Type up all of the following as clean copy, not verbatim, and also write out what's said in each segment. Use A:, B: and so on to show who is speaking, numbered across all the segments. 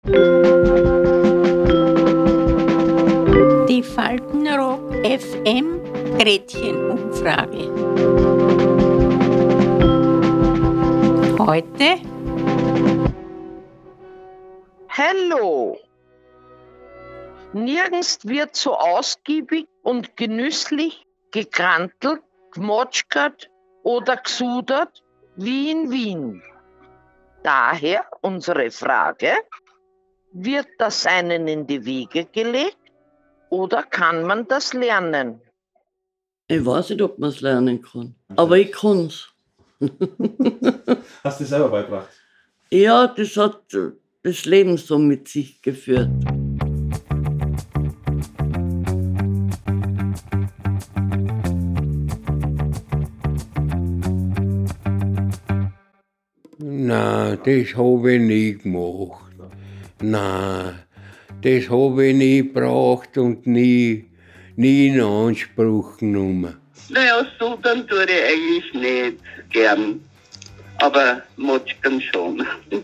A: Die Faltenrock FM Gretchenumfrage. Heute
B: Hallo! Nirgends wird so ausgiebig und genüsslich gekrantelt, gemotschkert oder gesudert wie in Wien. Daher unsere Frage: Wird das einen in die Wiege gelegt oder kann man das lernen?
C: Ich weiß nicht, ob man es lernen kann, aber ich kann es.
D: Hast du dir selber beigebracht?
C: Ja, das hat das Leben so mit sich geführt.
E: Nein, das habe ich nie gemacht. Nein, das habe ich nie gebraucht und nie in Anspruch genommen.
F: Naja, sudern tue ich eigentlich nicht gern, aber motschkern schon.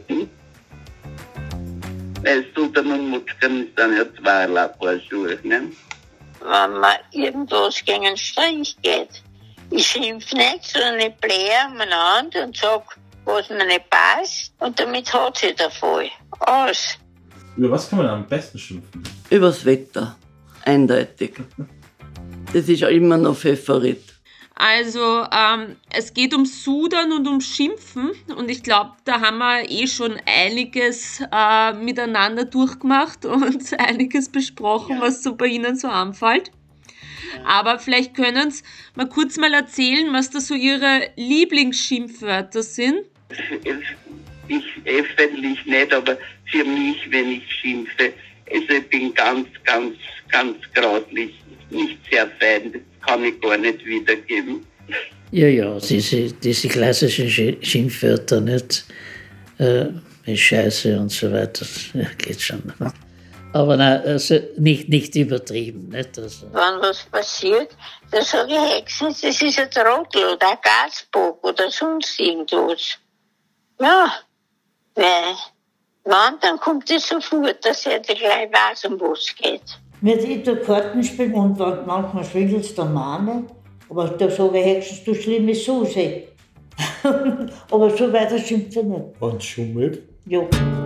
F: Weil sudern und motschkern sind ja zweierlei Paar Schuhe, ne?
G: Wenn man irgendwas gegen einen Strich geht. Ich schimpf nicht, sondern ich blähe umeinander und sag, was mir nicht passt, und damit hat sich der Fall. Alles.
D: Über was kann man am besten schimpfen?
C: Übers Wetter, eindeutig. Das ist ja immer noch Favorit.
H: Also es geht um Sudern und um Schimpfen und ich glaube, da haben wir schon einiges miteinander durchgemacht und einiges besprochen, was so bei Ihnen so anfällt. Aber vielleicht können Sie mal kurz erzählen, was da so Ihre Lieblingsschimpfwörter sind.
F: Ich öffentlich nicht, aber für mich, wenn ich schimpfe, also ich bin ganz grauslich, nicht sehr fein, das kann ich gar nicht wiedergeben.
I: Ja, diese klassischen Schimpfwörter, nicht? Mit Scheiße und so weiter, ja, geht schon. Aber nein, also nicht übertrieben. Nicht? Also.
G: Wenn was passiert, dann sage ich höchstens, das ist ein Trottel oder ein Gasbock oder sonst irgendwas. Ja, weil wann, dann kommt es sofort, dass er gleich weiß, um was es geht.
J: Ich tue Karten spielen und manchmal schwindelt es der Mane, aber da sage ich höchstens, du schlimme Suse. Aber so weiter schimpft er nicht.
D: Und schummelt?
J: Ja.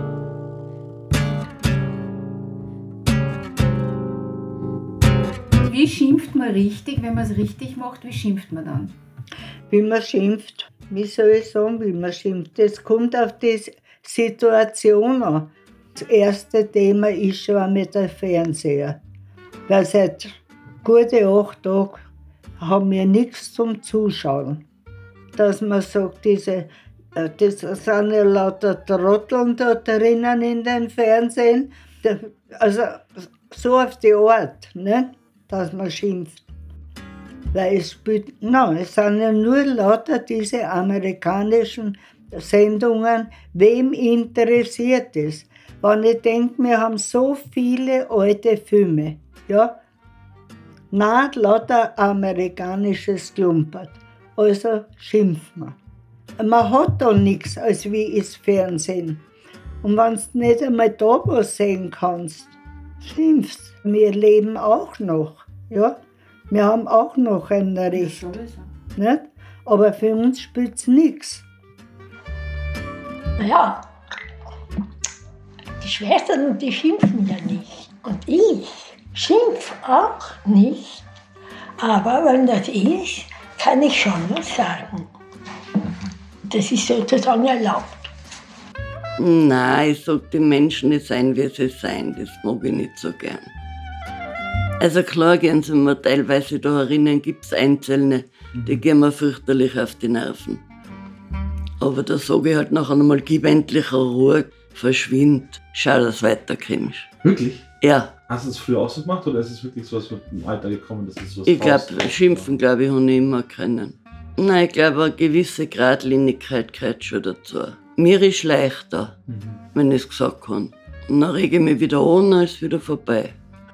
K: Wie schimpft man richtig, wenn man es richtig macht? Wie schimpft man dann?
L: Wie man schimpft, wie soll ich sagen, wie man schimpft? Das kommt auf die Situation an. Das erste Thema ist schon einmal der Fernseher. Weil seit gute 8 Tagen haben wir nichts zum Zuschauen. Dass man sagt, das sind ja lauter Trotteln da drinnen in den Fernsehen. Also so auf die Art, nicht? Dass man schimpft. Weil es sind ja nur lauter diese amerikanischen Sendungen. Wem interessiert es? Wenn ich denke, wir haben so viele alte Filme, ja? Nein, lauter amerikanisches Klumpert. Also schimpft man. Man hat da nichts als wie das Fernsehen. Und wenn du nicht einmal da was sehen kannst, schimpfst. Wir leben auch noch, ja? Wir haben auch noch ein Recht. Nicht? Aber für uns spielt es nichts.
M: Ja, die Schwestern, die schimpfen ja nicht. Und ich schimpf auch nicht. Aber wenn das ist, kann ich schon was sagen. Das ist sozusagen erlaubt.
C: Nein, ich sag den Menschen nicht sein, wie sie sein. Das mag ich nicht so gern. Also klar gehen sie mir teilweise da herinnen, gibt es Einzelne, die gehen mir fürchterlich auf die Nerven. Aber da sage ich halt nachher einmal, gib endlich Ruhe, verschwind, schau, dass du weiterkommst.
D: Wirklich?
C: Ja.
D: Hast du es früher auch so gemacht oder ist es wirklich so was mit dem Alter gekommen, dass es so was
C: Ich glaube, schimpfen, habe ich immer können. Nein, ich glaube, eine gewisse Gradlinigkeit gehört schon dazu. Mir ist leichter, wenn ich es gesagt habe. Und dann rege ich mich wieder an, dann ist es wieder vorbei.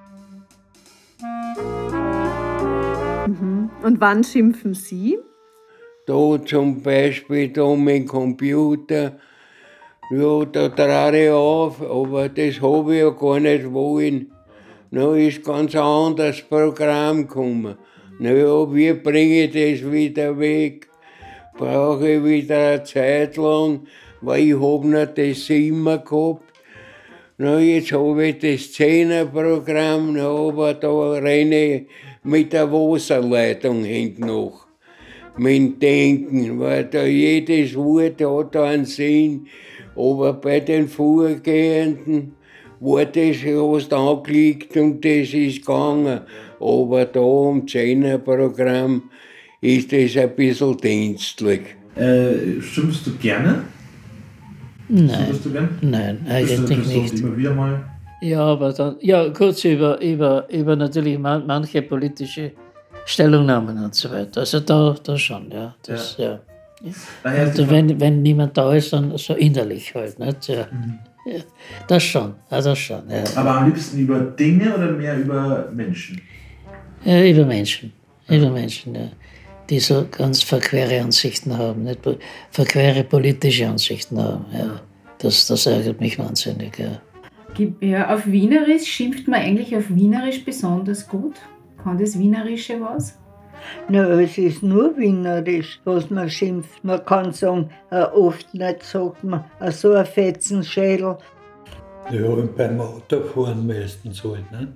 K: Und wann schimpfen Sie?
E: Da zum Beispiel, da mit dem Computer, Ja, da trage ich auf, aber das habe ich ja gar nicht wollen. Dann ist ganz ein anderes Programm gekommen. Naja, wie bringe ich das wieder weg? Brauche ich wieder eine Zeit lang, weil ich habe nicht das immer gehabt. Na, jetzt habe ich das 10er-Programm, aber da renne ich mit der Wasserleitung hinten nach. Mit dem Denken, weil da jedes Wort hat einen Sinn. Aber bei den Vorgehenden war das erst angelegt und das ist gegangen. Aber da am 10er-Programm ist das ein bisschen dienstlich.
D: Schimpfst du gerne?
I: Nein,
D: Schimpfst du gern?
I: nein, eigentlich nicht.
D: Immer wieder mal?
I: Ja, aber dann, ja, kurz über natürlich manche politische Stellungnahmen und so weiter. Also da schon, ja. Das, ja. Und wenn niemand da ist, dann so innerlich halt, nicht? Ja. Ja, das schon, ja.
D: Aber am liebsten über Dinge oder mehr über Menschen?
I: Ja, über Menschen, ja. Die so ganz verquere Ansichten haben, nicht? Verquere politische Ansichten haben, ja. Das ärgert mich wahnsinnig, ja.
K: Ja, auf Wienerisch schimpft man eigentlich auf Wienerisch besonders gut. Kann das Wienerische was?
L: Na, es ist nur Wienerisch, was man schimpft. Man kann sagen, oft nicht sagt man, so ein Fetzenschädel.
N: Ja, und beim Autofahren meistens halt, ne?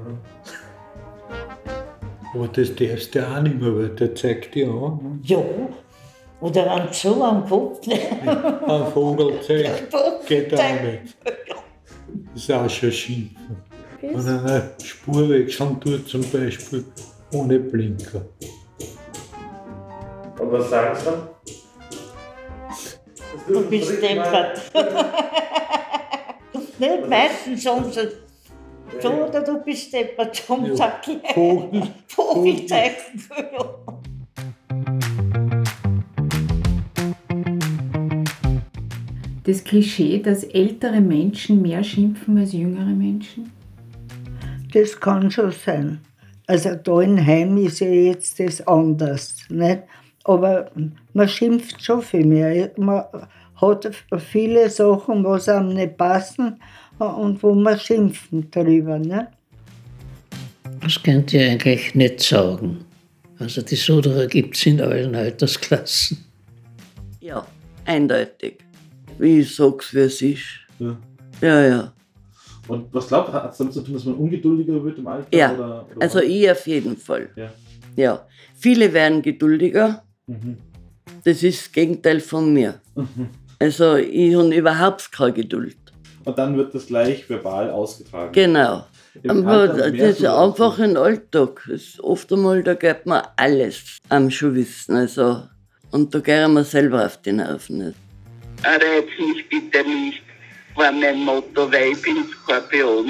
N: Aber das darfst du auch nicht mehr, weil der zeigt dich an.
J: Ja, oder am Zoo am Kopf.
N: Ein Vogel zeigt, geht auch nicht. Das ist auch schon Schimpfen. Wenn er eine Spur wechseln tut, zum Beispiel ohne Blinker.
D: Und was sagst du?
J: Du bist deppert. Nicht meistens sagen sie so, oder du bist deppert, zum sag ich. Vogelzeichen.
K: Das Klischee, dass ältere Menschen mehr schimpfen als jüngere Menschen?
L: Das kann schon sein. Also da in Heim ist ja jetzt das anders, nicht? Aber man schimpft schon viel mehr. Man hat viele Sachen, was einem nicht passen und wo man schimpfen drüber, nicht?
I: Das könnt ihr eigentlich nicht sagen. Also die Soderer gibt es in allen Altersklassen.
C: Ja, eindeutig. Wie ich sag's, wie es ist. Ja.
D: Und was glaubst du, hat es damit zu tun, dass man ungeduldiger wird im Alter?
C: Ja,
D: oder
C: also ich auf jeden Fall.
D: Ja.
C: Viele werden geduldiger. Das ist das Gegenteil von mir. Also ich habe überhaupt keine Geduld.
D: Und dann wird das gleich verbal ausgetragen.
C: Genau. Aber das ist einfach ein Alltag. Das ist oft einmal, da geht man alles am schon wissen. Also, und da gehen wir selber auf die Nerven. Nicht?
F: Reiz mich bitte nicht, war mein Motto, weil ich bin Skorpion.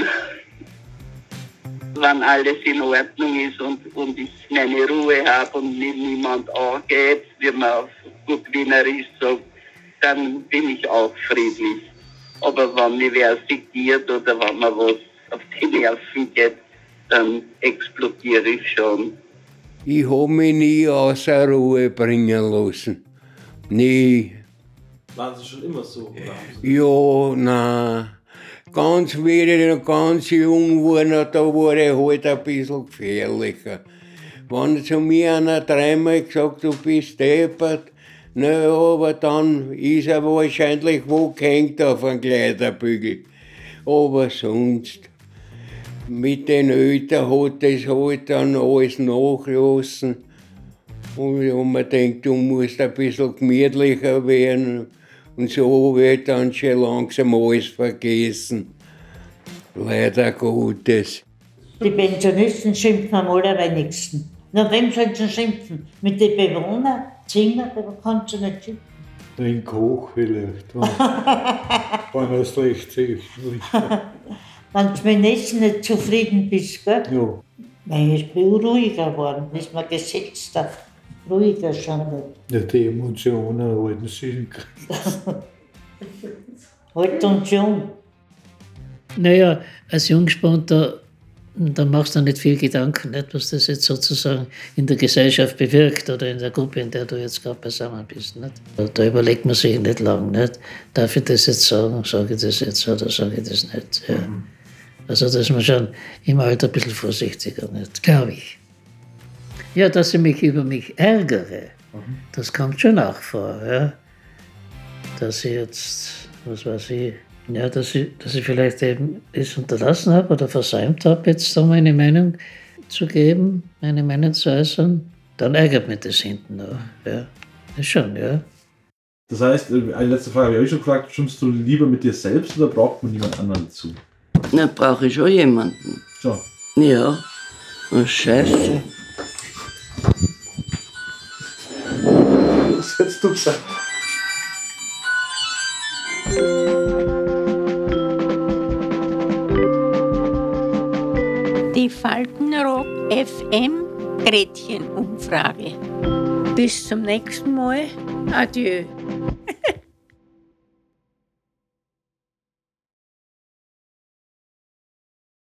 F: Wenn alles in Ordnung ist und ich meine Ruhe habe und mir niemand angeht, wie man auf gut Wienerisch sagt, dann bin ich auch friedlich. Aber wenn mich wer segiert oder wenn mir was auf die Nerven geht, dann explodiere ich schon.
E: Ich habe mich nie außer Ruhe bringen lassen. Nie.
D: Waren Sie schon immer so? Oder?
E: Ja, nein. Ganz wenig und ganz jung war, da war ich halt ein bisschen gefährlicher. Wenn zu mir einer dreimal gesagt, du bist deppert, na, aber dann ist er wahrscheinlich wo gehängt auf einem Kleiderbügel. Aber sonst, mit den Eltern hat das halt dann alles nachgelassen. Und man denkt, du musst ein bisschen gemütlicher werden. Und so wird dann schon langsam alles vergessen. Leider Gottes.
J: Die Pensionisten schimpfen am allerwenigsten. Na, wem sollen sie schimpfen? Mit den Bewohnern? Zimmer, da kannst du nicht schimpfen.
N: Den Koch vielleicht, wenn er es recht sieht.
J: Wenn du mit Essen nicht zufrieden bist, gell?
N: Ja.
J: Nein, ich bin ruhiger geworden, ist mir gesetzter. Ruhiger schon nicht.
N: Ja, die Emotionen halten sich in Griff.
J: Halt uns jung.
I: Naja, als Jungspannter dann machst du nicht viel Gedanken, nicht, was das jetzt sozusagen in der Gesellschaft bewirkt oder in der Gruppe, in der du jetzt gerade beisammen bist. Nicht? Da überlegt man sich nicht lang. Nicht? Darf ich das jetzt sagen? Sage ich das jetzt oder sage ich das nicht? Ja. Also da ist man schon im Alter ein bisschen vorsichtiger, glaube ich. Ja, dass ich mich über mich ärgere, das kommt schon auch vor. Ja? Dass ich jetzt, was weiß ich, ja, dass ich vielleicht eben es unterlassen habe oder versäumt habe, jetzt da meine Meinung zu geben, meine Meinung zu äußern, dann ärgert mich das hinten noch. Ja, das schon, ja.
D: Das heißt, eine letzte Frage habe ich schon gefragt, stimmst du lieber mit dir selbst oder braucht man jemand anderen dazu?
C: Na, brauche ich schon jemanden.
D: So.
C: Ja. Oh, Scheiße.
D: Was hättest du gesagt?
A: Die Faltenrock FM Gretchen-Umfrage. Bis zum nächsten Mal. Adieu.